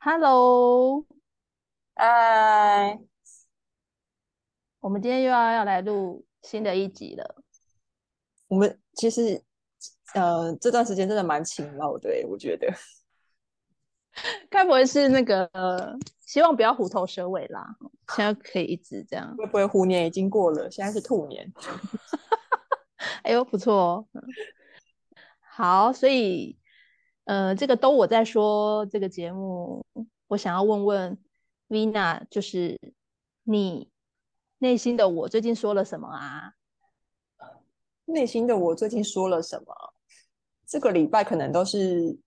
Hello， 哎， 我们今天又要来录新的一集了。 我们其实这段时间真的蛮勤劳的我觉得。 该不会是那个希望不要虎头蛇尾啦？现在可以一直这样。 会不会虎年已经过了，现在是兔年？ 哎呦，不错哦。好，所以这个都我在说这个节目，我想要问问 Vina，就是你内心的我最近说了什么啊？ 内心的我最近说了什么？这个礼拜可能都是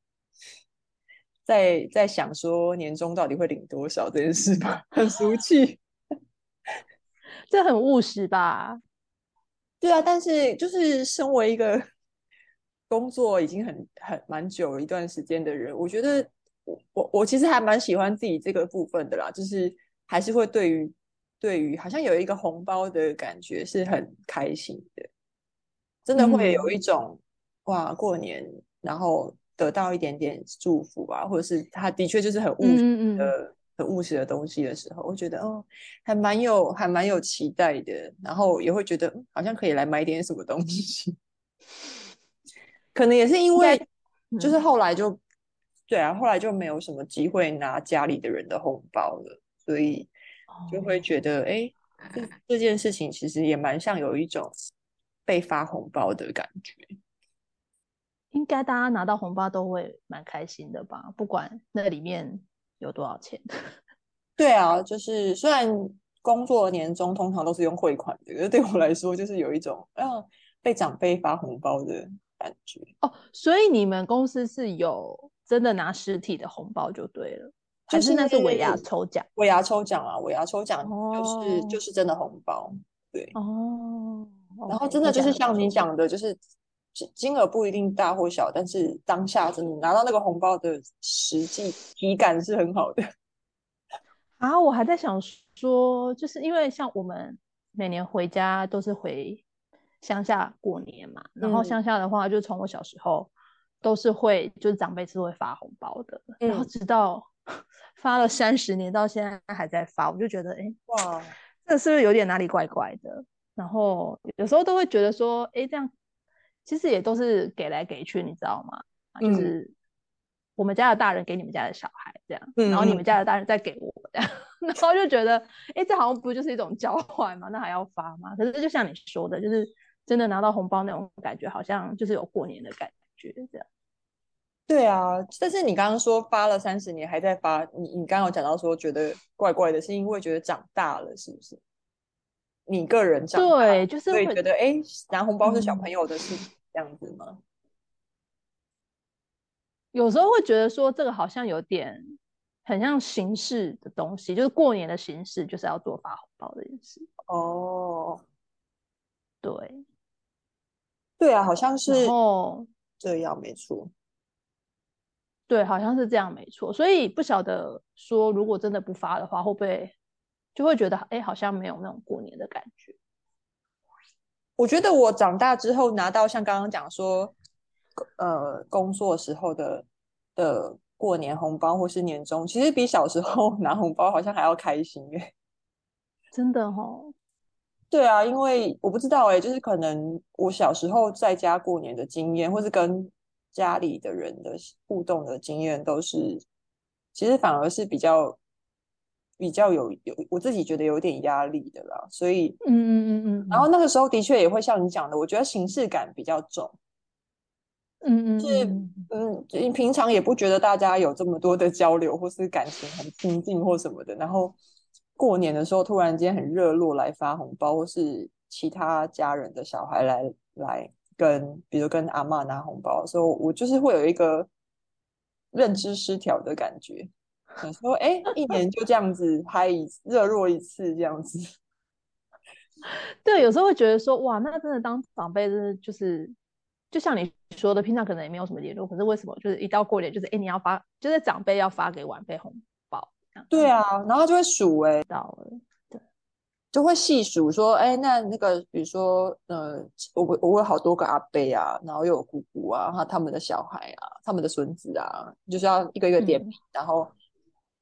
在想说年终到底会领多少这件事吧，很俗气。 这很务实吧？ 对啊，但是就是身为一个工作已经很蛮久一段时间的人，我觉得我其实还蛮喜欢自己这个部分的啦，就是还是会对于好像有一个红包的感觉是很开心的，真的会有嗯一种哇过年然后得到一点点祝福啊，或者是他的确就是嗯， 很务实的东西的时候，我觉得还蛮有期待的，然后也会觉得好像可以来买点什么东西。可能也是因应该为就是嗯。 后来就对啊，后来就没有什么机会拿家里的人的红包了，所以就会哦， 觉得哎，这件事情其实也蛮像有一种被发红包的感觉。 应该大家拿到红包都会蛮开心的吧？不管那里面有多少钱。 对啊，就是虽然工作年终通常都是用汇款的，可是对我来说就是有一种被长辈发红包的感觉。 哦，所以你们公司是有真的拿实体的红包就对了，还就是是那是尾牙抽奖？ 尾牙抽奖啊，尾牙抽奖就是就哦是真的红包，对。 哦然后 ，OK， 真的就是听起来很不错。 像你讲的，就是金额不一定大或小，但是当下真的拿到那个红包的实际体感是很好的。 啊，我还在想说，就是因为像我们每年回家都是回乡下过年嘛，然后嗯乡下的话，就从我小时候都是会，就是长辈是会发红包的，然后嗯， 直到发了30年，到现在还在发，我就觉得，哎， 哇， 这是不是有点哪里怪怪的？然后有时候都会觉得说，哎，这样其实也都是给来给去，你知道吗？就嗯是我们家的大人给你们家的小孩这样，然后你们嗯嗯， 家的大人再给我这样，然后就觉得，哎，这好像不就是一种交换吗？那还要发吗？可是就像你说的，就是真的拿到红包那种感觉，好像就是有过年的感觉这样。 对啊。但是你刚刚说发了30年还在发，你刚刚有讲到说觉得怪怪的，是因为觉得长大了，是不是？你个人长大对， 了，所以就是会， 觉得拿红包是小朋嗯， 友的事情，这样子吗？ 有时候会觉得说这个好像有点很像形式的东西，就是过年的形式就是要做发红包这件事。 哦， 对， 对啊，好像然是后这样，没错。 对，好像是这样，没错。所以不晓得说，如果真的不发的话，会不会就会觉得，哎，好像没有那种过年的感觉。 我觉得我长大之后拿到像刚刚讲说，工作时候的过年红包或是年终，其实比小时候拿红包好像还要开心耶。 真的哦， 对啊，因为我不知道就是可能我小时候在家过年的经验，或是跟家里的人的互动的经验，都是其实反而是比较有我自己觉得有点压力的啦，所以嗯嗯嗯嗯嗯然后那个时候的确也会像你讲的，我觉得形式感比较重。 嗯嗯嗯嗯， 你平常也不觉得大家有这么多的交流，或是感情很亲近或什么的，然后过年的时候突然间很热络来发红包，或是其他家人的小孩来跟，比如跟阿嬷拿红包的时候，我就是会有一个认知失调的感觉，想说，一年就这样子嗨热络一次这样子。 对，有时候会觉得说，哇，那真的当长辈，真的就是，就像你说的，平常可能也没有什么联络，可是为什么就是一到过年，就是哎，你要发，就是长辈要发给晚辈红包这样子， 对啊，然后就会数到了，对， 就会细数说，那个，比如说，我有好多个阿伯啊，然后又有姑姑啊，他们的小孩啊，他们的孙子啊，就是要一个一个点名， 嗯然后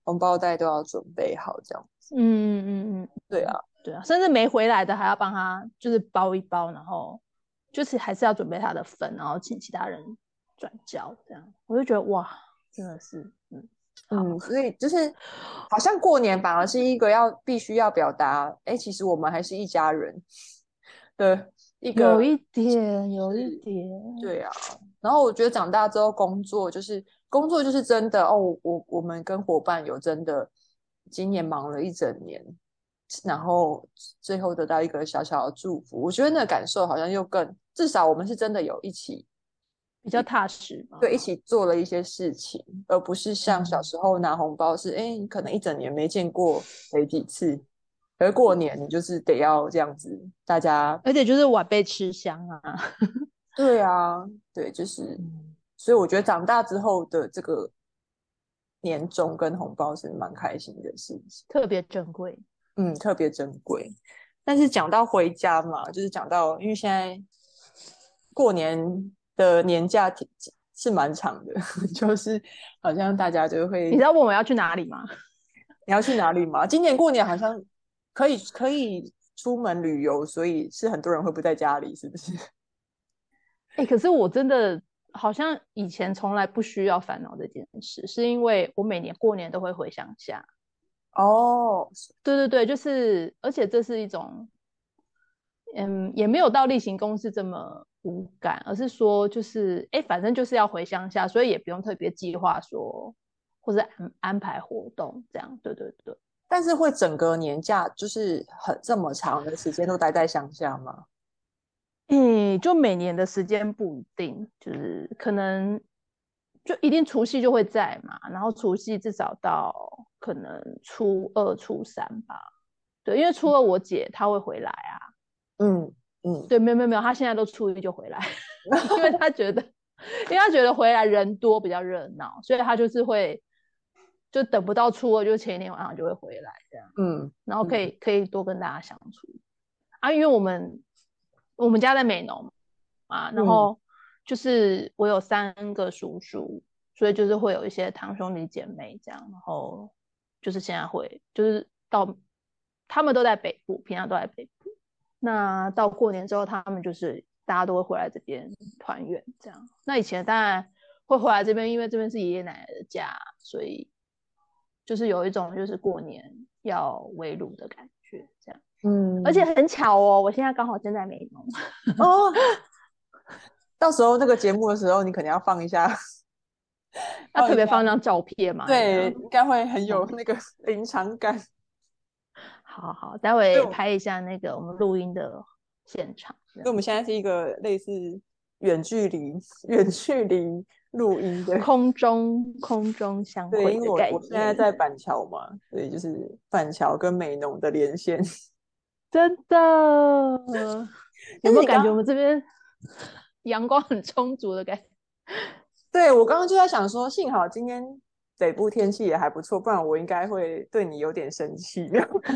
红包袋都要准备好这样。 嗯嗯嗯嗯， 对啊， 对啊，甚至没回来的还要帮他就是包一包，然后就是还是要准备他的份，然后请其他人转交，这样我就觉得哇，真的是好， 所以就是好像过年反而是一个必须要表达，哎，其实我们还是一家人的一个。 有一点，有一点， 对啊，然后我觉得长大之后工作就是真的哦，我们跟伙伴有真的今年忙了一整年，然后最后得到一个小小的祝福，我觉得那个感受好像又至少我们是真的有一起。 比较踏实嘛。 对，一起做了一些事情，而不是像小嗯， 时候拿红包是，哎，你可能一整年没见过谁几次，而过年你就是得要这样子，大家。 而且就是晚辈吃香啊， 对啊，对，就是， 嗯， 所以我觉得长大之后的这个年终跟红包是蛮开心的事情， 特别珍贵。 特别珍贵。但是讲到回家嘛，就是讲到，因为现在过年的年假是蛮长的，就是好像大家就会。 你知道问我要去哪里吗？ 你要去哪里吗？今年过年好像可以出门旅游，所以是很多人会不在家里，是不是？ 哎、可是我真的好像以前从来不需要烦恼这件事，是因为我每年过年都会回乡下。 哦， 对对对，就是而且这是一种，也没有到例行公事这么无感，而是说就是反正就是要回乡下，所以也不用特别计划说或者安排活动这样。对对对。 但是会整个年假就是这么长的时间都待在乡下吗？ 就每年的时间不一定，就是可能就一定除夕就会在嘛，然后除夕至少到可能初二、初三吧。对，因为初二我姐她会回来啊。 嗯嗯， 对，没有没有没有，她现在都初一就回来，因为她觉得回来人多比较热闹，所以她就是会就等不到初二，就前一天晚上就会回来这样， 嗯然后可以嗯可以多跟大家相处啊，因为我们家在美浓啊，然嗯后就是我有3个叔叔，所以就是会有一些堂兄弟姐妹这样，然后就是现在会就是他们都在北部，平常都在北部。那到过年之后，他们就是大家都会回来这边团圆这样。那以前当然会回来这边，因为这边是爷爷奶奶的家，所以就是有一种就是过年要围炉的感觉这样。而且嗯， 很巧哦，我现在刚好正在美浓。 哦，到时候那个节目的时候，你可能要放一下， 要放一下， 特别放张照片嘛，还是怎对， 样？ 应该会很有嗯， 那个临场感。 好好，待对，所会拍一下那个我们录音的现场，这样以我们现在是一个类似远距离、远距离录音的。 空中相对，因为会的概我现在念， 在板桥嘛，所以就是板桥跟美浓的连线。 真的，有没有感觉我但是你刚刚， 们这边阳光很充足的感觉？ 对，我刚刚就在想说，幸好今天北部天气也还不错，不然我应该会对你有点生气。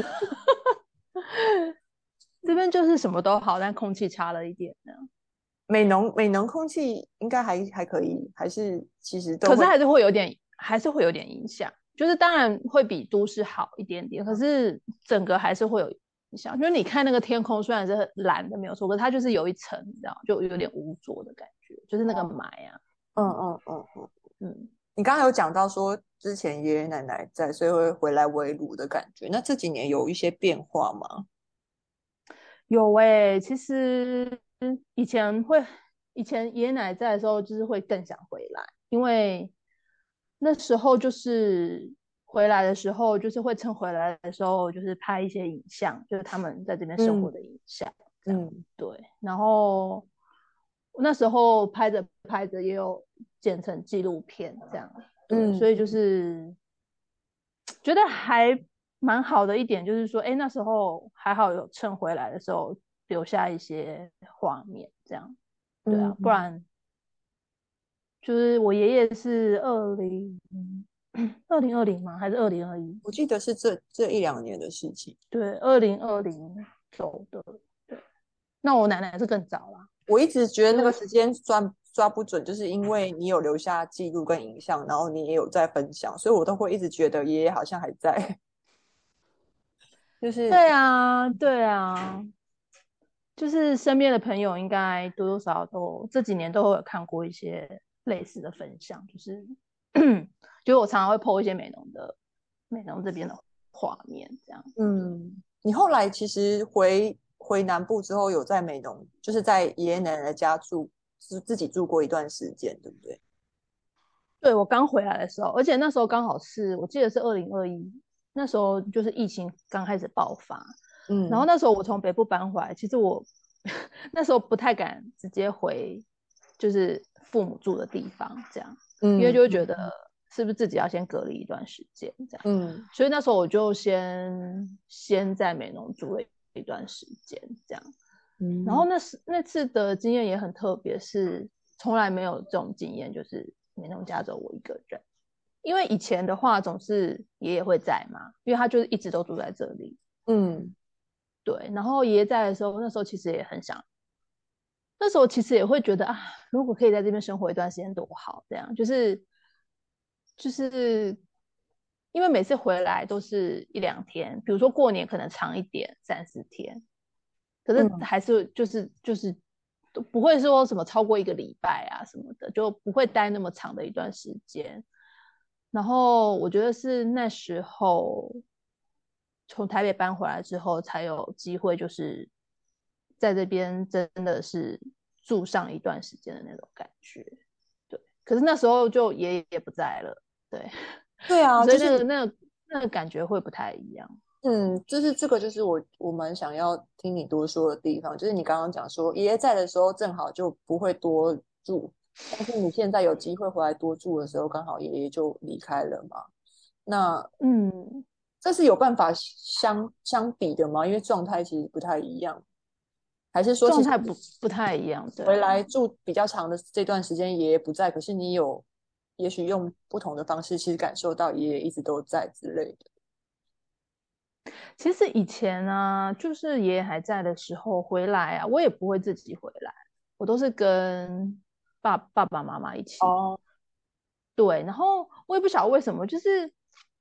这边就是什么都好，但空气差了一点呢。 美浓空气应该还可以，还是其实都会。 可是还是会有点影响，就是当然会比都市好一点点，可是整个还是会有影响。就是你看那个天空虽然是蓝的没有错，可是它就是有一层，你知道，就有点污浊的感觉，就是那个霾啊。 嗯嗯嗯嗯嗯， 嗯， 你刚刚有讲到说之前爷爷奶奶在，所以会回来围炉的感觉。那这几年有一些变化吗？ 有其实以前会，以前爷爷奶奶在的时候，就是会更想回来，因为那时候就是回来的时候，就是会趁回来的时候，就是拍一些影像，就是他们在这边生活嗯的影像，这样嗯对。然后那时候拍着拍着也有剪成纪录片，这样对，所以就嗯是觉得还蛮好的一点，就是说，那时候还好有趁回来的时候留下一些画面，这样对啊，不嗯， 然就是我爷爷是2020吗？还是2021？ 我记得是这一两年的事情。 对，2020走的。对，那我奶奶是更早啦， 我一直觉得那个因为时间抓不准，就是因为你有留下记录跟影像，然后你也有在分享，所以我都会一直觉得爷爷好像还在。就是对啊，对啊，就是身边的朋友应该多多少少都这几年都会有看过一些类似的分享，就是就我常常会 po 一些美浓这边的画面，这样。 你后来其实回南部之后，有在美浓，就是在爷爷奶奶的家住，是自己住过一段时间，对不对？ 对，我刚回来的时候，而且那时候刚好是我记得是2021，那时候就是疫情刚开始爆发，然后嗯那时候我从北部搬回来，其实我那时候不太敢直接回就是父母住的地方，这样，因为就会觉得是不是自己要先隔离一段时间这样， 嗯所以那时候我就先在美浓住了一段时间这样，然后嗯那次的经验也很特别，是从来没有这种经验，就是美浓家只有我一个人。因为以前的话总是爷爷会在嘛，因为他就是一直都住在这里。 嗯对，然后爷爷在的时候，那时候其实也很想，那时候其实也会觉得啊，如果可以在这边生活一段时间多好，这样就是因为每次回来都是一两天，比如说过年可能长一点，3、4天，可是嗯还是就是都不会说什么超过1个礼拜啊什么的，就不会待那么长的一段时间。然后我觉得是那时候从台北搬回来之后，才有机会就是在这边真的是住上一段时间的那种感觉。对，可是那时候就爷爷也不在了，对， 对啊， 所以就是那个感觉会不太一样。 就是这个，就是我蛮想要听你多说的地方，就是你刚刚讲说爷爷在的时候正好就不会多住，但是你现在有机会回来多住的时候，刚好爷爷就离开了嘛。那嗯， 这是有办法相比的吗？因为状态其实不太一样，还是说其实状态不太一样，对回啊。 来住比较长的这段时间，爷爷不在，可是你有也许用不同的方式，其实感受到爷爷一直都在之类的。 其实以前啊，就是爷爷还在的时候回来啊，我也不会自己回来，我都是跟爸爸妈妈一起。 哦， 对，然后我也不晓得为什么，就是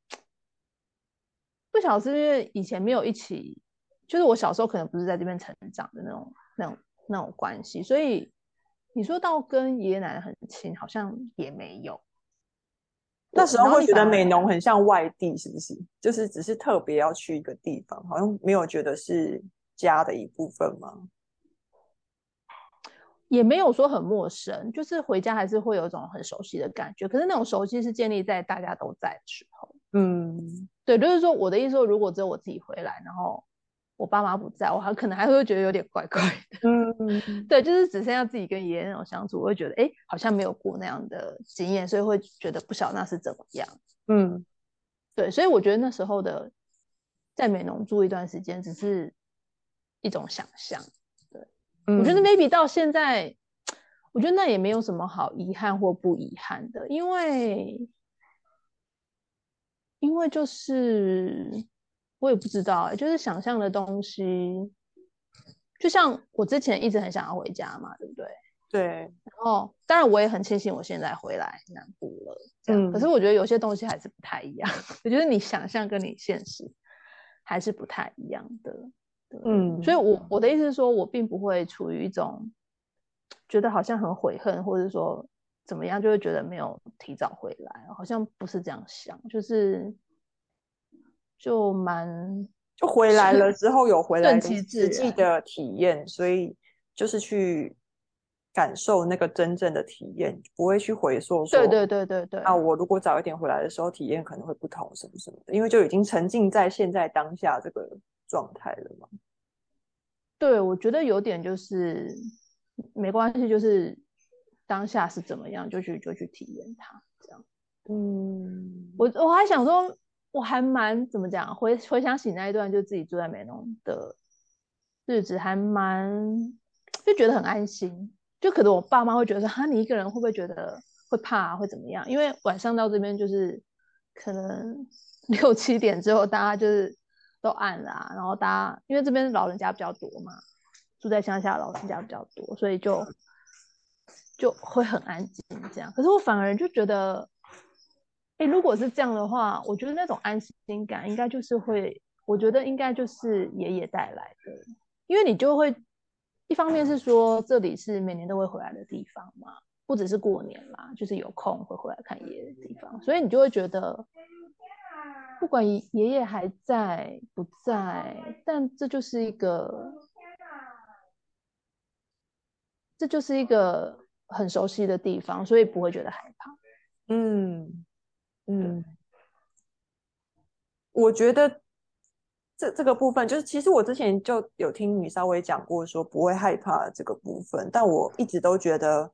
不晓得是因为以前没有一起，就是我小时候可能不是在这边成长的那种关系，所以你说到跟爷爷奶奶很亲，好像也没有。对， 那时候然后会觉得美你反而浓很像外地，是不是？就是只是特别要去一个地方，好像没有觉得是家的一部分吗？ 也没有说很陌生，就是回家还是会有一种很熟悉的感觉。可是那种熟悉是建立在大家都在的时候。 嗯对，就是说我的意思说，如果只有我自己回来，然后我爸妈不在，我可能还会觉得有点怪怪的。 嗯对，就是只剩下自己跟爷爷那种相处，我会觉得哎，好像没有过那样的经验，所以会觉得不晓得那是怎么样。 嗯对，所以我觉得那时候的在美浓住一段时间，只是一种想象。对，我觉得嗯， maybe 到现在，我觉得那也没有什么好遗憾或不遗憾的，因为就是我也不知道、欸，就是想象的东西，就像我之前一直很想要回家嘛，对不对？ 对， 然后当然我也很庆幸我现在回来南部了，这样。可是嗯我觉得有些东西还是不太一样，我觉得你想象跟你现实还是不太一样的。对，所以嗯我的意思是说，我并不会处于一种觉得好像很悔恨，或者说怎么样，就会觉得没有提早回来，好像不是这样想，就蛮就回来了之后有回来顺一个其自然。 实际的体验，所以就是去感受那个真正的体验，不会去回溯说， 对对对对对啊，我如果早一点回来的时候，体验可能会不同什么什么的，因为就已经沉浸在现在当下这个状态了嘛。 对，我觉得有点就是没关系，就是当下是怎么样就去体验它，这样。 嗯我还想说，我还蛮怎么讲，回想起那一段就自己住在美浓的日子，还蛮就觉得很安心。就可能我爸妈会觉得说，哈，你一个人会不会觉得会怕会怎么样？因为晚上到这边就是可能6、7点之后，大家就是都暗了啊，然后大家因为这边老人家比较多嘛，住在乡下的老人家比较多，所以就会很安静这样。可是我反而就觉得，哎，如果是这样的话，我觉得那种安心感应该就是会，我觉得应该就是爷爷带来的，因为你就会一方面是说这里是每年都会回来的地方嘛，不只是过年啦，就是有空会回来看爷爷的地方，所以你就会觉得，不管爷爷还在不在，但这就是一个很熟悉的地方，所以不会觉得害怕。 嗯嗯，我觉得这个部分，就是其实我之前就有听你稍微讲过说不会害怕这个部分，但我一直都觉得，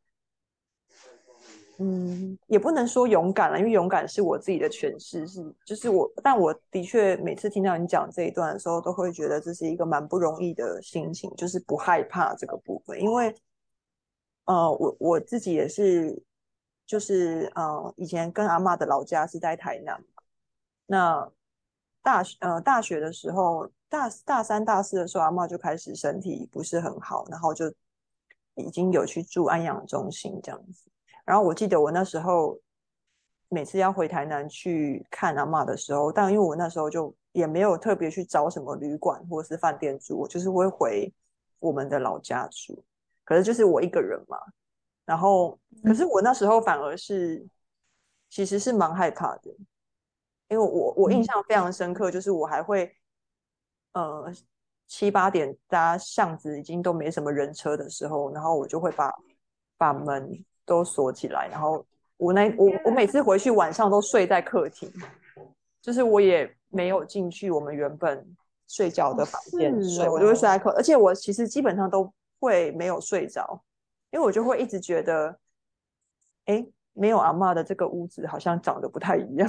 也不能说勇敢了，因为勇敢是我自己的诠释，就是我，但我的确每次听到你讲这一段的时候，都会觉得这是一个蛮不容易的心情，就是不害怕这个部分，因为我自己也是，就是以前跟阿嬷的老家是在台南嘛，那大学的时候，大三大四的时候，阿嬷就开始身体不是很好，然后就已经有去住安养中心这样子。然后我记得我那时候每次要回台南去看阿嬷的时候，但因为我那时候就也没有特别去找什么旅馆或者是饭店住，我就是会回我们的老家住。可是就是我一个人嘛，然后可是我那时候反而其实是蛮害怕的，因为我印嗯， 象非常深刻，就是我还会呃7、8点大家巷子已经都没什么人车的时候，然后我就会把门都锁起来，然后我每次回去晚上都睡在客厅，就是我也没有进去我们原本睡觉哦， 的房间是睡，我就会睡在哦， 而且我其实基本上都会没有睡着，因为我就会一直觉得，哎，没有阿嬷的这个屋子好像长得不太一样。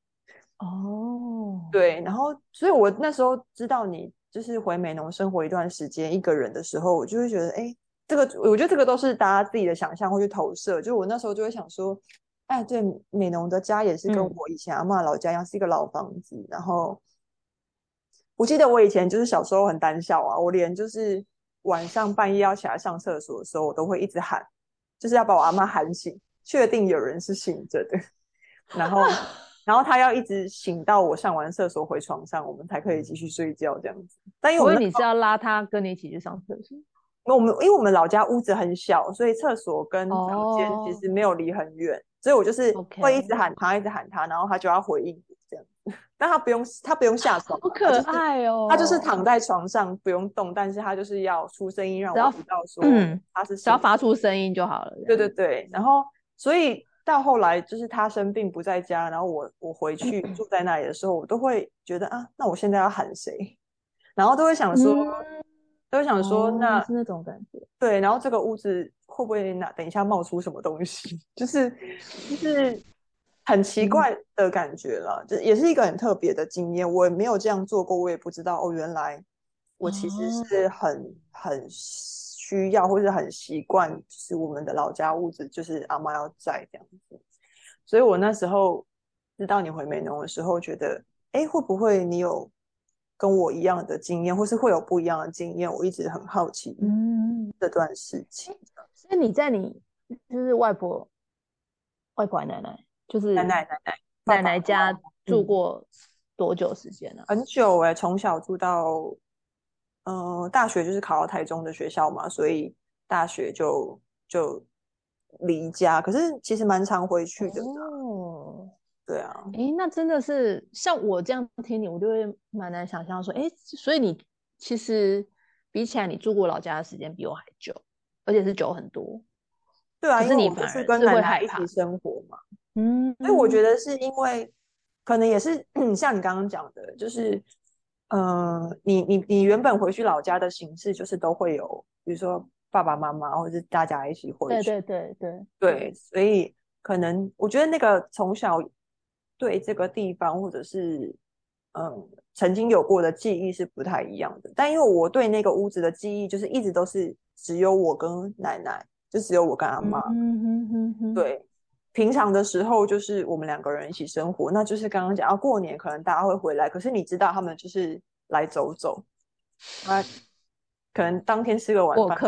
哦， 对，然后，所以我那时候知道你就是回美农生活一段时间一个人的时候，我就会觉得，哎，这个我觉得这个都是大家自己的想象会去投射。就我那时候就会想说，哎，对，美农的家也是跟嗯， 我以前阿嬷老家一样，是一个老房子。然后我记得我以前就是小时候很胆小啊，我连就是晚上半夜要起来上厕所的时候，我都会一直喊，就是要把我阿嬷喊醒，确定有人是醒着的。然后他要一直醒到我上完厕所回床上，我们才可以继续睡觉这样子。但因为我们那所以你是要拉他跟你一起去上厕所？ 因为我们老家屋子很小，所以厕所跟房间其哦实没有离很远，所以我就是会一直 ，OK， 喊他，一直喊他，然后他就要回应我这样。但他不用下床好啊，他就是可爱他就是哦， 躺在床上不用动，但是他就是要出声音让只要我知道说他是只要醒着。 发出声音就好了，这对样。 对对，然后所以到后来就是他生病不在家，然后我回去住在那里的时候，我都会觉得啊，那我现在要喊谁？然后嗯， 都会想说哦， 那是那种感觉。 对，然后这个屋子会不会等一下冒出什么东西？就是很奇嗯， 怪的感觉了，就也是一个很特别的经验。我也没有这样做过，我也不知道哦，原来我其实哦， 是很需要或者很习惯，就是我们的老家屋子，就是阿妈要在这样子。所以我那时候知道你回美农的时候，觉得哎，会不会你有跟我一样的经验，或是会有不一样的经验？我一直很好奇嗯， 这段事情。 所以你在你就是外婆还奶奶，就是奶奶、爸奶爸奶家住嗯， 过多久时间呢、 很久哎、从小住到大学就是考到台中的学校嘛，所以大学就离家，可是其实蛮常回去的啦。 哦， 对啊， 诶，那真的是像我这样听你，我就会蛮难想象说，诶，所以你其实比起来，你住过老家的时间比我还久，而且是久很多。 对啊， 可因为我就是你反是跟奶而是会奶一起害怕的。 生活嘛。所以我觉嗯得是因为可能也是像你刚刚讲的，就是你原本回去老家的形式就是都会有，比如说爸爸妈妈或者是大家一起回去， 对对对对对， 对， 所以可能我觉得那个从小对这个地方或者是曾经有过的记忆是不太一样的，但因为我对那个屋子的记忆就是一直都是只有我跟奶奶，就只有我跟阿嗯妈。 哼哼哼， 对，平常的时候就是我们2个人一起生活，那就是刚刚讲到过年可能大家会回来，可是你知道他们就是来走走，他可能当天吃个晚饭就过客，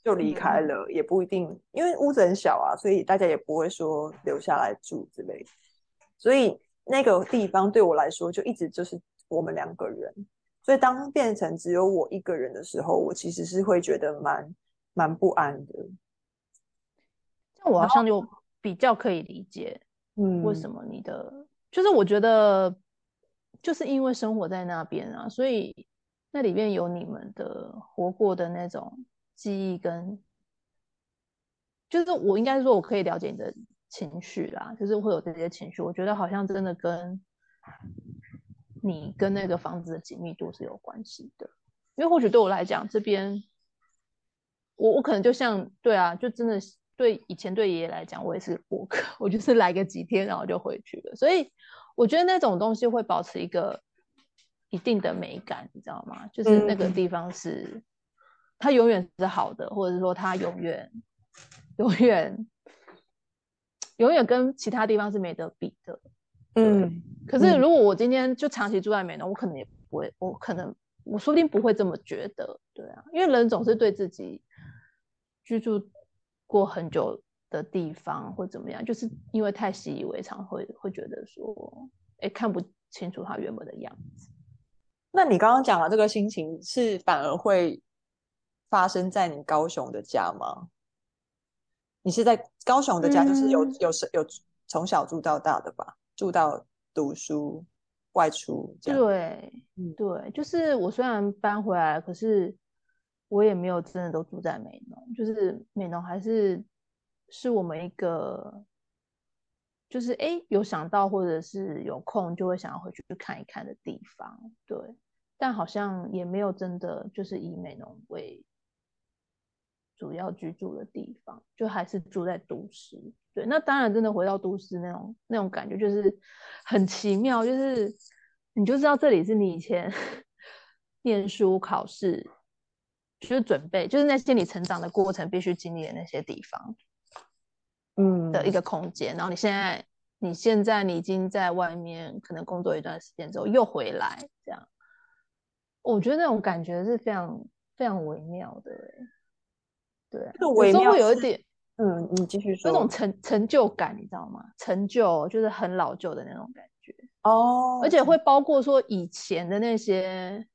就离开了，也不一定，因为屋子很小啊，所以大家也不会说留下来住之类的。所以那个地方对我来说，就一直就是我们两个人。所以当变成只有我一个人的时候，我其实是会觉得蛮不安的。 像我好像就比较可以理解为嗯什么就是我觉得就是因为生活在那边啊，所以那里面有你们的活过的那种记忆跟，就是我应该说我可以了解你的情绪啦，就是会有这些情绪，我觉得好像真的跟你跟那个房子的紧密度是有关系的，因为或许对我来讲这边。我可能就像对啊，就真的以前对爷爷来讲，我也是过客，我就是来个几天，然后就回去了。所以我觉得那种东西会保持一个一定的美感，你知道吗？就是那个地方是它永远是好的，或者是说它永远永远跟其他地方是没得比的。对，可是如果我今天就长期住在美浓，我可能也不会，我说不定不会这么觉得，对啊，因为人总是对自己居住过很久的地方或怎么样，就是因为太习以为常会觉得说，哎，看不清楚它原本的样子。 那你刚刚讲的这个心情是反而会发生在你高雄的家吗？你是在高雄的家，就是有从小住到大的吧？住到读书、外出这样。 对对，就是我虽然搬回来，可是我也没有真的都住在美浓，就是美浓是我们一个，就是有想到或者是有空就会想要回去看一看的地方，对，但好像也没有真的就是以美浓为主要居住的地方，就还是住在都市。对，那当然真的回到都市那种感觉就是很奇妙，就是你就知道这里是你以前念书考试就是准备，就是那些你成长的过程必须经历的那些地方的一嗯， 个空间。然后你现在你已经在外面可能工作一段时间之后又回来，这样我觉得那种感觉是非常非常微妙的。对啊， 这个有时候微妙是， 会有一点你继续有种说。 成就感，你知道吗？成就就是很老旧的那种感觉，而哦， 且会包括说以前的那些，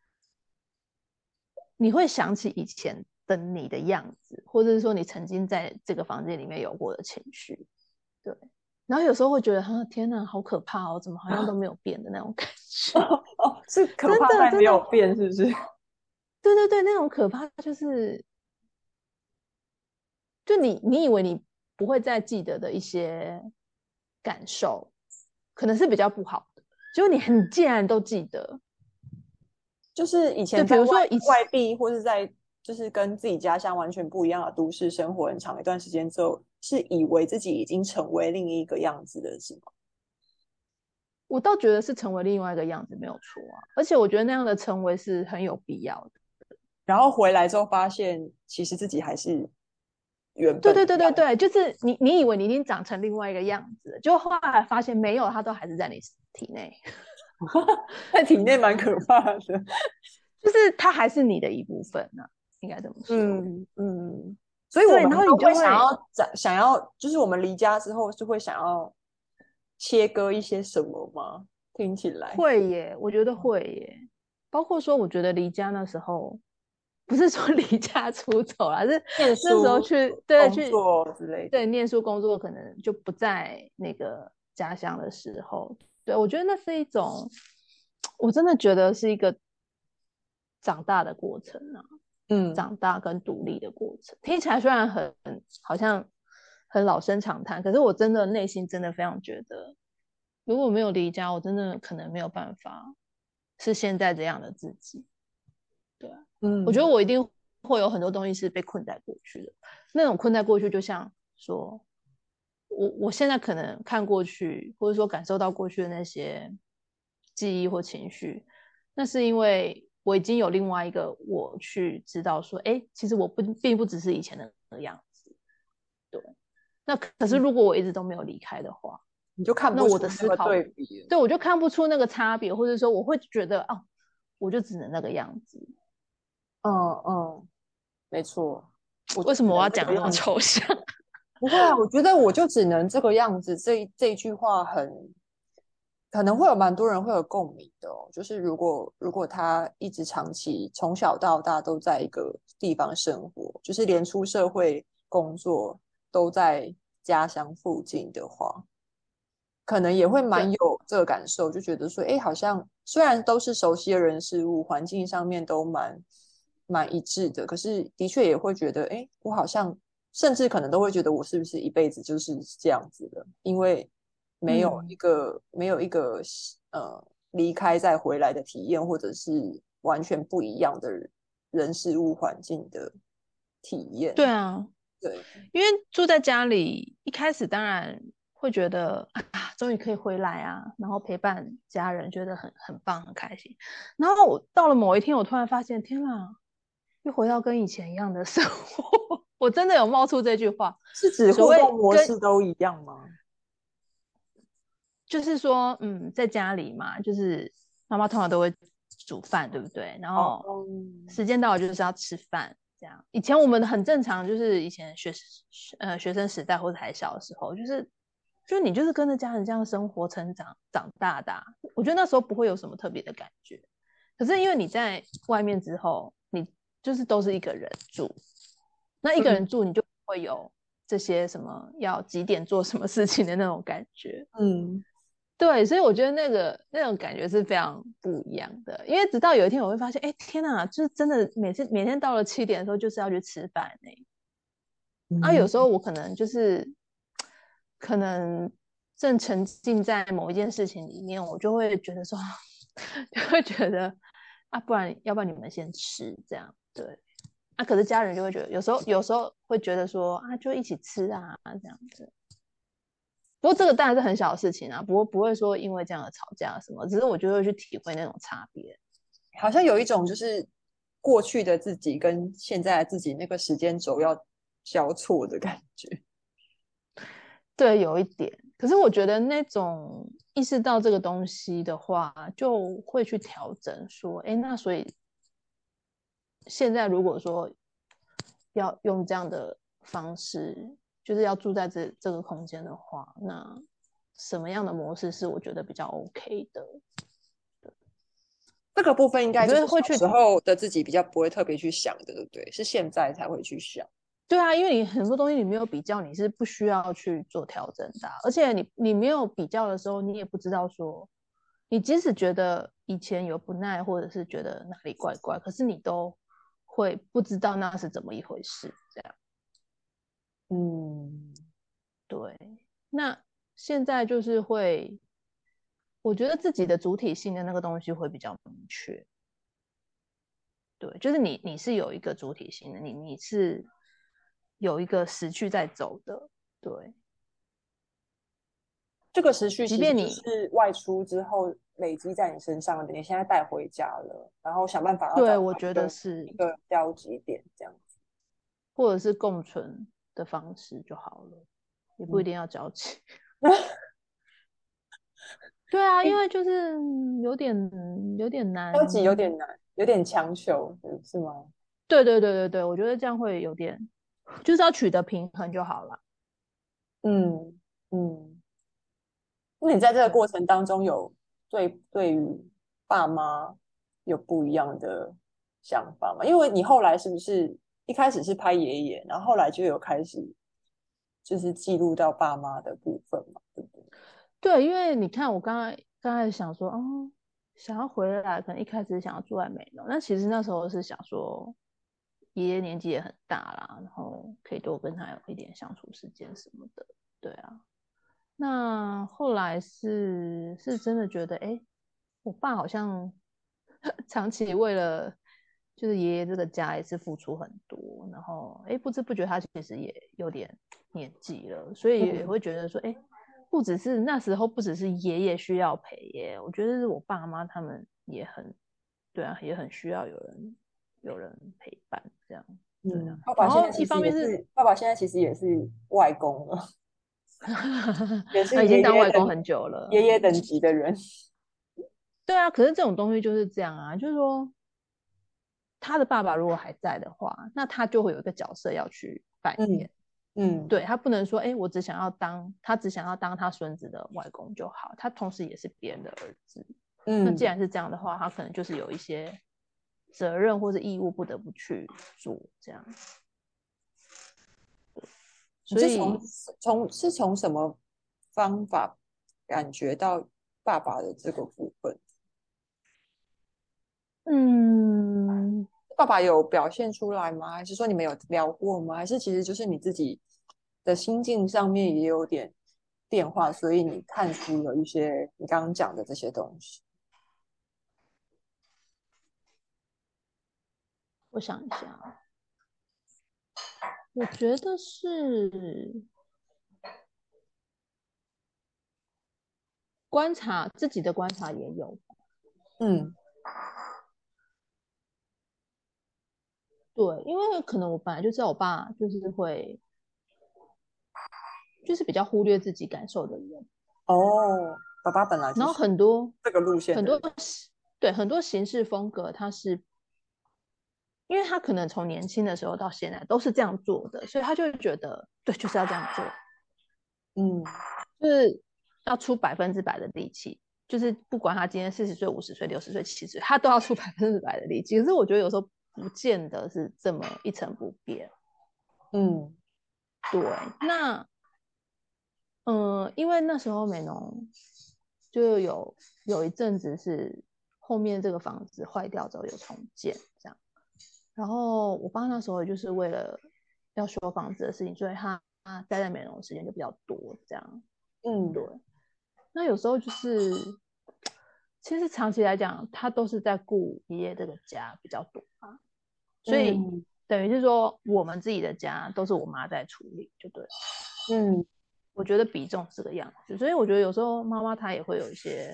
你会想起以前的你的样子，或者是说你曾经在这个房间里面有过的情绪，对。然后有时候会觉得，天哪，好可怕哦，怎么好像都没有变的那种感觉， 哦，是可真怕但没的真的， 有变，是不是？ 对对对，那种可怕就是就你以为你不会再记得的一些感受，可能是比较不好的，结果你竟然都记得。 就是以对， 前在比如说外地，或是在就是跟自己家乡完全不一样的都市生活很长一段时间之后，是以为自己已经成为另一个样子的，是吗？ 我倒觉得是成为另外一个样子没有错啊，而且我觉得那样的成为是很有必要的。 然后回来之后发现，其实自己还是原对本的样子。 对对对对，就是你以为你已经长成另外一个样子，就后来发现没有，它都还是在你体内， 在体内蛮可怕的。 就是它还是你的一部分呢、啊，应该这么说。 所以我对， 们然后你都会想就会要就是我们离家之后是会想要切割一些什么吗？听起来， 会耶，我觉得会耶。包括说，我觉得离家那时候，不是说离家出走啦，是念那时候书、工去作之类的。 念书工作，可能就不在那个家乡的时候。对，我觉得那是一种，我真的觉得是一个长大的过程啊， 嗯长大跟独立的过程。听起来虽然好像很老生常谈，可是我真的内心真的非常觉得。如果没有离家，我真的可能没有办法是现在这样的自己。对啊，我觉得嗯我一定会有很多东西是被困在过去的。那种困在过去，就像说，我现在可能看过去，或者说感受到过去的那些记忆或情绪，那是因为我已经有另外一个我去知道说，哎，其实我并不只是以前的那个样子。对，那可是嗯， 如果我一直都没有离开的话， 你就看不那我的出那个思考， 对比了。 对，我就看不出那个差别，或者说我会觉得哦，我就只能那个样子。 嗯嗯，没错。 我就为什么我要只能这讲那么个样子。 抽象？ 不会啊，我觉得我就只能这个样子。这一句话可能会有蛮多人会有共鸣的哦。就是如果他一直长期从小到大都在一个地方生活，就是连出社会工作都在家乡附近的话，可能也会蛮对， 有这个感受，就觉得说，哎，好像虽然都是熟悉的人事物，环境上面都蛮一致的，可是的确也会觉得，哎，我好像甚至可能都会觉得，我是不是一辈子就是这样子的？因为嗯， 没有一个离开再回来的体验，或者是完全不一样的人事物环境的体验。 对啊， 对， 因为住在家里，一开始当然会觉得啊，终于可以回来啊，然后陪伴家人，觉得很棒，很开心。然后我到了某一天，我突然发现，天啊，又回到跟以前一样的生活。我真的有冒出这句话， 是指所互动模谓跟式都一样吗？ 就是说，在家里嘛，就是妈妈通常都会煮饭，对不对？然哦， 后时间到了就是要吃饭，这样。以前我们很正常，就是以前学生时代或者还小的时候，就你就是跟着家人这样生活长大的啊，我觉得那时候不会有什么特别的感觉。可是因为你在外面之后，你就是都是一个人住，那一个嗯人住你就不会有这些什么要几点做什么事情的那种感觉。 嗯。 对，所以我觉得那种感觉是非常不一样的。因为直到有一天我会发现，哎，天哪，就是真的每天到了7点的时候，就是要去吃饭呢。啊，有嗯， 时候我可能就是可能正沉浸在某一件事情里面，我就会觉得说，就会觉得啊，不然要不然你们先吃这样，对。啊，可是家人就会觉得，有时候会觉得说啊，就一起吃啊这样子。不过这个当然是很小的事情啊，不会说因为这样的吵架什么，只是我就会去体会那种差别。 好像有一种就是过去的自己跟现在的自己那个时间轴要交错的感觉。 对，有一点。可是我觉得那种意识到这个东西的话，就会去调整说，哎，那所以现在如果说要用这样的方式，就是要住在这个空间的话，那什么样的模式是我觉得比较 OK 的？ 这个部分应我该就是小觉得会去时候的自己比较不会特别去想的，对不对？是现在才会去想。 对啊，因为你很多东西你没有比较，你是不需要去做调整的啊，而且你没有比较的时候，你也不知道说，你即使觉得以前有不耐，或者是觉得哪里怪怪，可是你都会不知道那是怎么一回事，这样。 嗯， 对，那现在就是会，我觉得自己的主体性的那个东西会比较明确。对，就是你是有一个主体性的，你是有一个时序在走的。对， 这个时序其实就即便你是外出之后累积在你身上的，你现在带回家了，然后想办法要对， 找到我觉得一是， 个交集点，这样子。 或者是共存的方式就好了，也不一嗯， 定要交集。对啊，因为就是有点难。 交集有点难，有点强求，是吗？ 对对对对对，我觉得这样会有点，就是要取得平衡就好了。 嗯嗯。那你在这个过对， 程当中有对于爸妈有不一样的想法吗？因为你后来是不是一开始是拍爷爷，然后后来就有开始就是记录到爸妈的部分嘛，对不对？ 对，因为你看，我刚才想说，哦，想要回来，可能一开始想要住在美容，那其实那时候是想说，爷爷年纪也很大啦，然后可以多跟他有一点相处时间什么的。对啊，那后来是真的觉得，哎，我爸好像长期为了就是爷爷这个家也是付出很多，然后哎，不知不觉他其实也有点年纪了，所以也嗯， 会觉得说，哎，不只是那时候不只是爷爷需要陪耶，我觉得是我爸妈他们也很，对啊，也很需要有人陪伴这样，对啊， 嗯，爸爸然后现在其实一方面是也是，爸爸现在其实也是外公了，也是已经当外公很久了。 爷爷等级的人。 对啊，可是这种东西就是这样啊，就是说他的爸爸如果还在的话，那他就会有一个角色要去扮嗯演。 嗯对，他不能说，哎，我只想要当他只想要当他孙子的外公就好，他同时也是别人的儿子。那既嗯， 然是这样的话，他可能就是有一些责任或者义务不得不去做这样。 你是从所以， 从什么方法感觉到爸爸的这个部分？ 嗯， 爸爸有表现出来吗？还是说你们有聊过吗？还是其实就是你自己的心境上面也有点变化，所以你看出了一些你刚刚讲的这些东西？ 我想一下，我觉得是观察自己的观察也有。 嗯， 对，因为可能我本来就知道我爸就是会，就是比较忽略自己感受的人。 哦，爸爸本来就然后是很多这个路线很多的人。 对很多行事风格，他是因为他可能从年轻的时候到现在都是这样做的，所以他就会觉得对，就是要这样做， 嗯就是要出100%的力气，就是不管他今天40岁、50岁、60岁、70岁，他都要出100%的力气。可是我觉得有时候不见得是这么一成不变。 嗯对，那因为那时候美浓就有一阵子是后面这个房子坏掉之后有重建这样，然后我爸那时候就是为了要修房子的事情，所以他待在美浓的时间就比较多这样。 嗯对，那有时候就是其实长期来讲，他都是在顾爷爷这个家比较多啊，所以嗯等于是说我们自己的家都是我妈在处理，就对了。 嗯我觉得比重是这个样子，所以我觉得有时候妈妈她也会有一些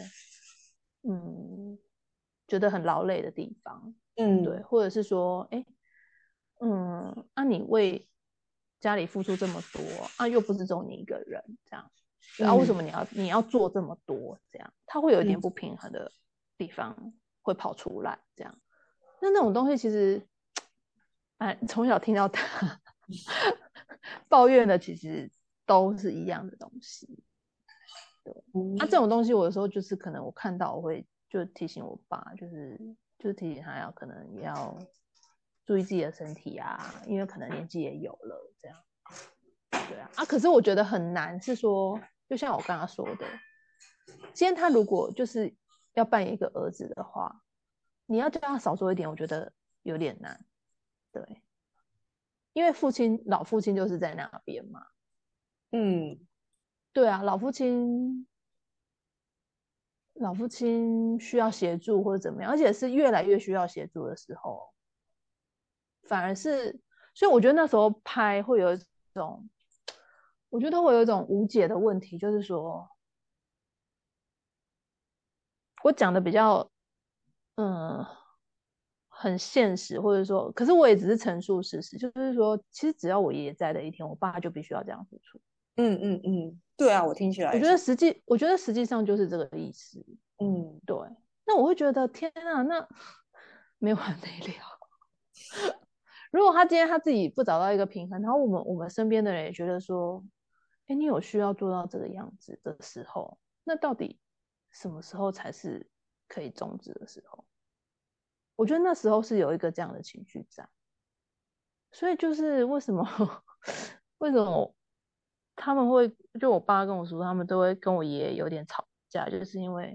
觉得很劳累的地方，对， 嗯或者是说，哎，你为家里付出这么多啊，又不是只有你一个人这样，啊，为什嗯么你要做这么多这样？他会有一点嗯不平衡的地方会跑出来这样。那种东西其实，哎，从小听到大，抱怨的其实都是一样的东西。那、这嗯种东西，我有时候就是可能我看到，我会就提醒我爸，就是提醒他要可能也要注意自己的身体啊，因为可能年纪也有了，这样。对啊，可是我觉得很难，是说，就像我刚刚说的，今天他如果就是要扮演一个儿子的话，你要叫他少做一点，我觉得有点难。对，因为老父亲就是在那边嘛。 嗯对啊，老父亲需要协助或者怎么样，而且是越来越需要协助的时候，反而是，所以我觉得那时候拍会有一种，我觉得会有一种无解的问题，就是说我讲的比较，嗯，很现实，或者说，可是我也只是陈述事实，就是说，其实只要我爷爷在的一天，我爸就必须要这样付出。 对啊，我听起来是。 我觉得实际上就是这个意思。 嗯对，那我会觉得天啊，那没完没了。如果他今天他自己不找到一个平衡，然后我们身边的人也觉得说，哎，你有需要做到这个样子的时候，那到底什么时候才是可以终止的时候？我觉得那时候是有一个这样的情绪在，所以就是为什么为什么他们会就我爸跟我说，他们都会跟我爷爷有点吵架，就是因为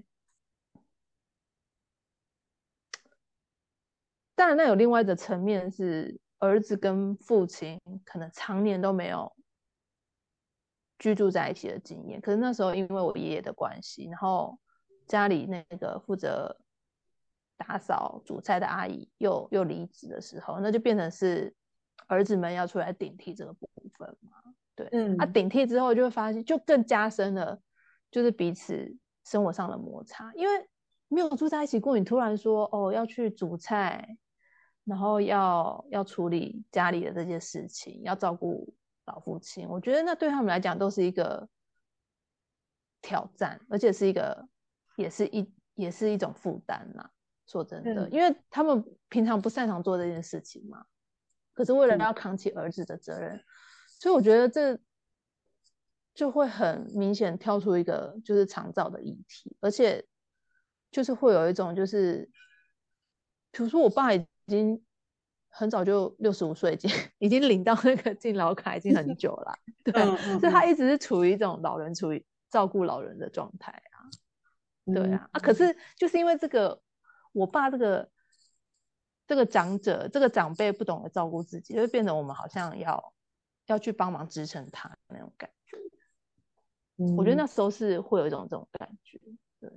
当然，那有另外一个层面是儿子跟父亲可能常年都没有居住在一起的经验。可是那时候因为我爷爷的关系，然后家里那个负责打扫煮菜的阿姨又离职的时候，那就变成是儿子们要出来顶替这个部分嘛。对， 嗯顶替之后就会发现，就更加深了，就是彼此生活上的摩擦，因为没有住在一起过，你突然说哦要去煮菜，然后要处理家里的这些事情，要照顾老父亲，我觉得那对他们来讲都是一个挑战，而且是一个也是一种负担嘛。 说真的，因为他们平常不擅长做这件事情嘛，可是为了要扛起儿子的责任，所以我觉得这就会很明显挑出一个就是长照的议题，而且就是会有一种就是，比如说我爸已经很早就65岁，已经领到那个敬老卡已经很久了，对，所以他一直是处于一种处于照顾老人的状态啊，对啊，可是就是因为这个，我爸这个长辈不懂得照顾自己，就会变成我们好像要去帮忙支撑他那种感觉。我觉得那时候是会有一种这种感觉，对。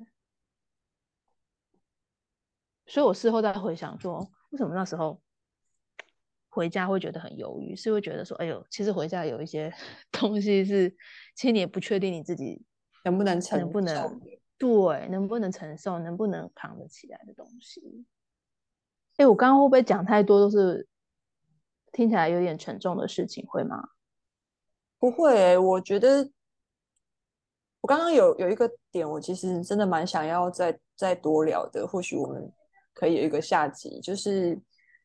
所以我事后再回想说，为什么那时候回家会觉得很犹豫，是会觉得说，哎呦，其实回家有一些东西是，其实你也不确定你自己能不能承能不受？ 能对，能不能承受，能不能扛得起来的东西。哎，我刚刚会不会讲太多都是听起来有点沉重的事情，会吗？ 不会欸，我觉得我刚刚有一个点，我其实真的蛮想要再多聊的，或许我们可以有一个下集，就是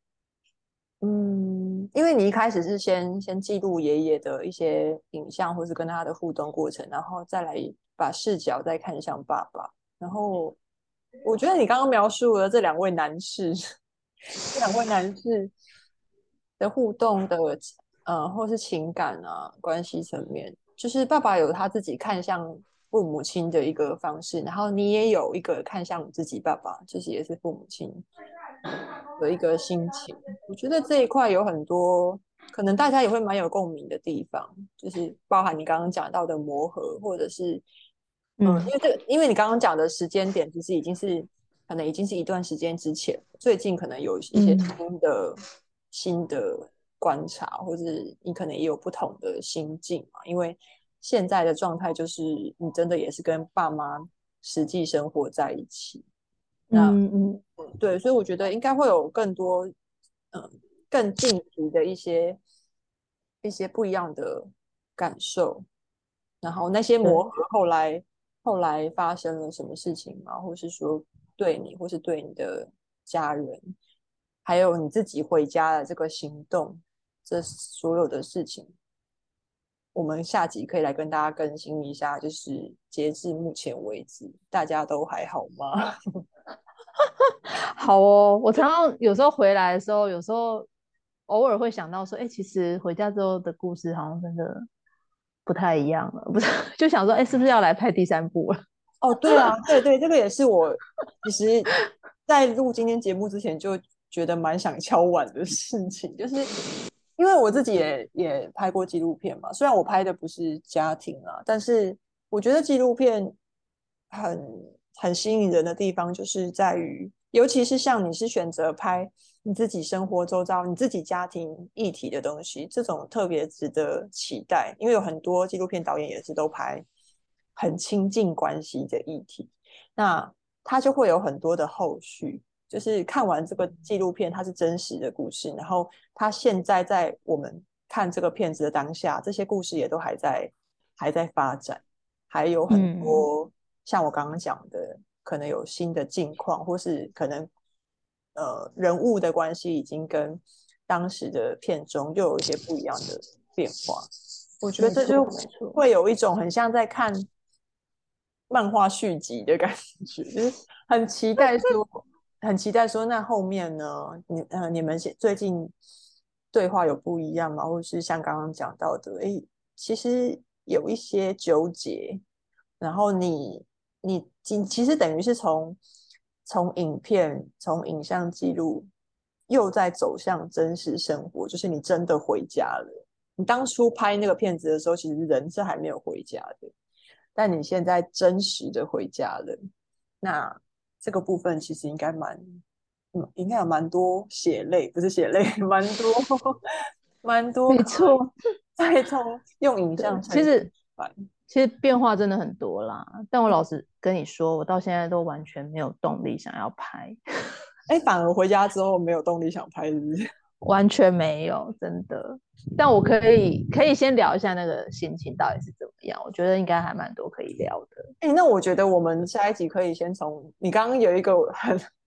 因为你一开始是先记录爷爷的一些影像，或是跟他的互动过程，然后再来把视角再看向爸爸。然后我觉得你刚刚描述了这两位男士，这两位男士的互动的或是情感啊关系层面，就是爸爸有他自己看向父母亲的一个方式，然后你也有一个看向自己爸爸，就是也是父母亲的一个心情。我觉得这一块有很多可能大家也会蛮有共鸣的地方，就是包含你刚刚讲到的磨合，或者是嗯因为你刚刚讲的时间点，其实可能已经是一段时间之前，最近可能有一些嗯新的观察，或者你可能也有不同的心境嘛，因为现在的状态就是你真的也是跟爸妈实际生活在一起，那对，所以我觉得应该会有更多更近期的一些不一样的感受。然后那些磨合对， 后来发生了什么事情吗？或是说对你，或是对你的家人，还有你自己回家的这个行动，这所有的事情，我们下集可以来跟大家更新一下，就是截至目前为止，大家都还好吗？ 好哦。我常常有时候回来的时候，有时候偶尔会想到说，哎，其实回家之后的故事好像真的不太一样了，不是？就想说，哎，是不是要来拍第3部了？ 哦，对啊，对对，这个也是我其实，在录今天节目之前就觉得蛮想敲碗的事情，就是因为我自己也拍过纪录片嘛，虽然我拍的不是家庭啊，但是我觉得纪录片很很吸引人的地方，就是在于，尤其是像你是选择拍你自己生活周遭、你自己家庭议题的东西，这种特别值得期待，因为有很多纪录片导演也是都拍很亲近关系的议题，那他就会有很多的后续。就是看完这个纪录片，它是真实的故事，然后它现在在我们看这个片子的当下，这些故事也都还在发展，还有很嗯多像我刚刚讲的，可能有新的境况，或是可能人物的关系已经跟当时的片中又有一些不一样的变化。我觉得没这就错没错， 会有一种很像在看漫画续集的感觉，就是很期待说，很期待说，那后面呢？你们最近对话有不一样吗？或者是像刚刚讲到的，诶，其实有一些纠结，然后你其实等于是从影片从影像记录又在走向真实生活，就是你真的回家了。你当初拍那个片子的时候，其实人是还没有回家的。但你现在真实的回家了，那这个部分其实应该有蛮多血泪，不是血泪，蛮多蛮多可没错， 再从用影像对， 呈现其实出来。 其实变化真的很多啦。但我老实跟你说，我到现在都完全没有动力想要拍， 哎，反而回家之后没有动力想拍，是不是？ 完全没有，真的。但我可以先聊一下那个心情到底是怎么样，我觉得应该还蛮多可以聊的。 哎，那我觉得我们下一集可以先从你刚刚有一个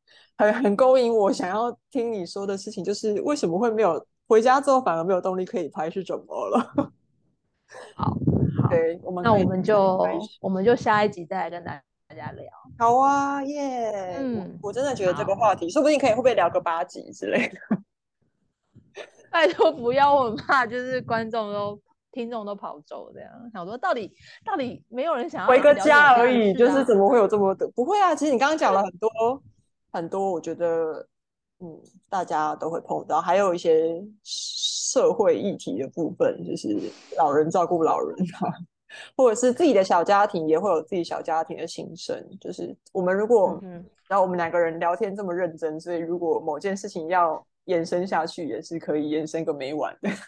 很勾引我想要听你说的事情，就是为什么会没有回家之后反而没有动力可以拍是怎么了？ 好，好， 对，我们那我们可以从这里开就始。 我们就下一集再来跟大家聊。 好啊，耶！我嗯， 我真的觉得这个好， 话题，说不定可以会不会聊个8集之类的。 拜托不要，我很怕就是听众都跑走这样，想说到底没有人想回个要了解我家而已， 家的事啊。 就是怎么会有这么多？不会啊，其实你刚刚讲了很多很多，我觉得大家都会碰到，还有一些社会议题的部分，就是老人照顾老人啊，或者是自己的小家庭也会有自己小家庭的心声。就是我们如果， 嗯哼。 然后我们两个人聊天这么认真，所以如果某件事情要延伸下去，也是可以延伸个没完的。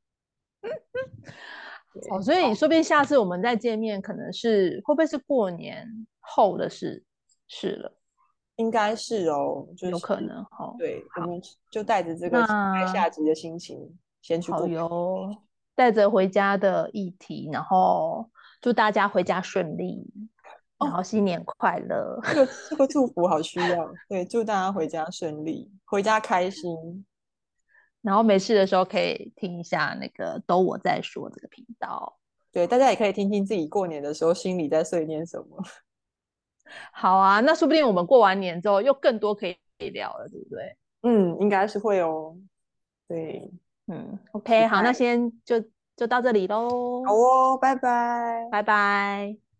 哦， 对， 所以说不定下次我们再见面，可能是会不会是过年后的事了？ 应该是哦，就是有可能哦。 对，我好， 们就带着这个期待那下集的心情，先去好过。 哟，带着回家的议题，然后祝大家回家顺利，然哦， 后新年快乐。 这个祝福好需要，对，祝大家回家顺利，回家开心。 然后没事的时候可以听一下那个都我在说这个频道。 对，大家也可以听听自己过年的时候心里在碎念什么。 好啊，那说不定我们过完年之后又更多可以聊了，对不对？ 嗯，应该是会哦。对， 嗯期 ，OK，好，那待。 先就到这里喽， 好哦，拜拜。 拜拜。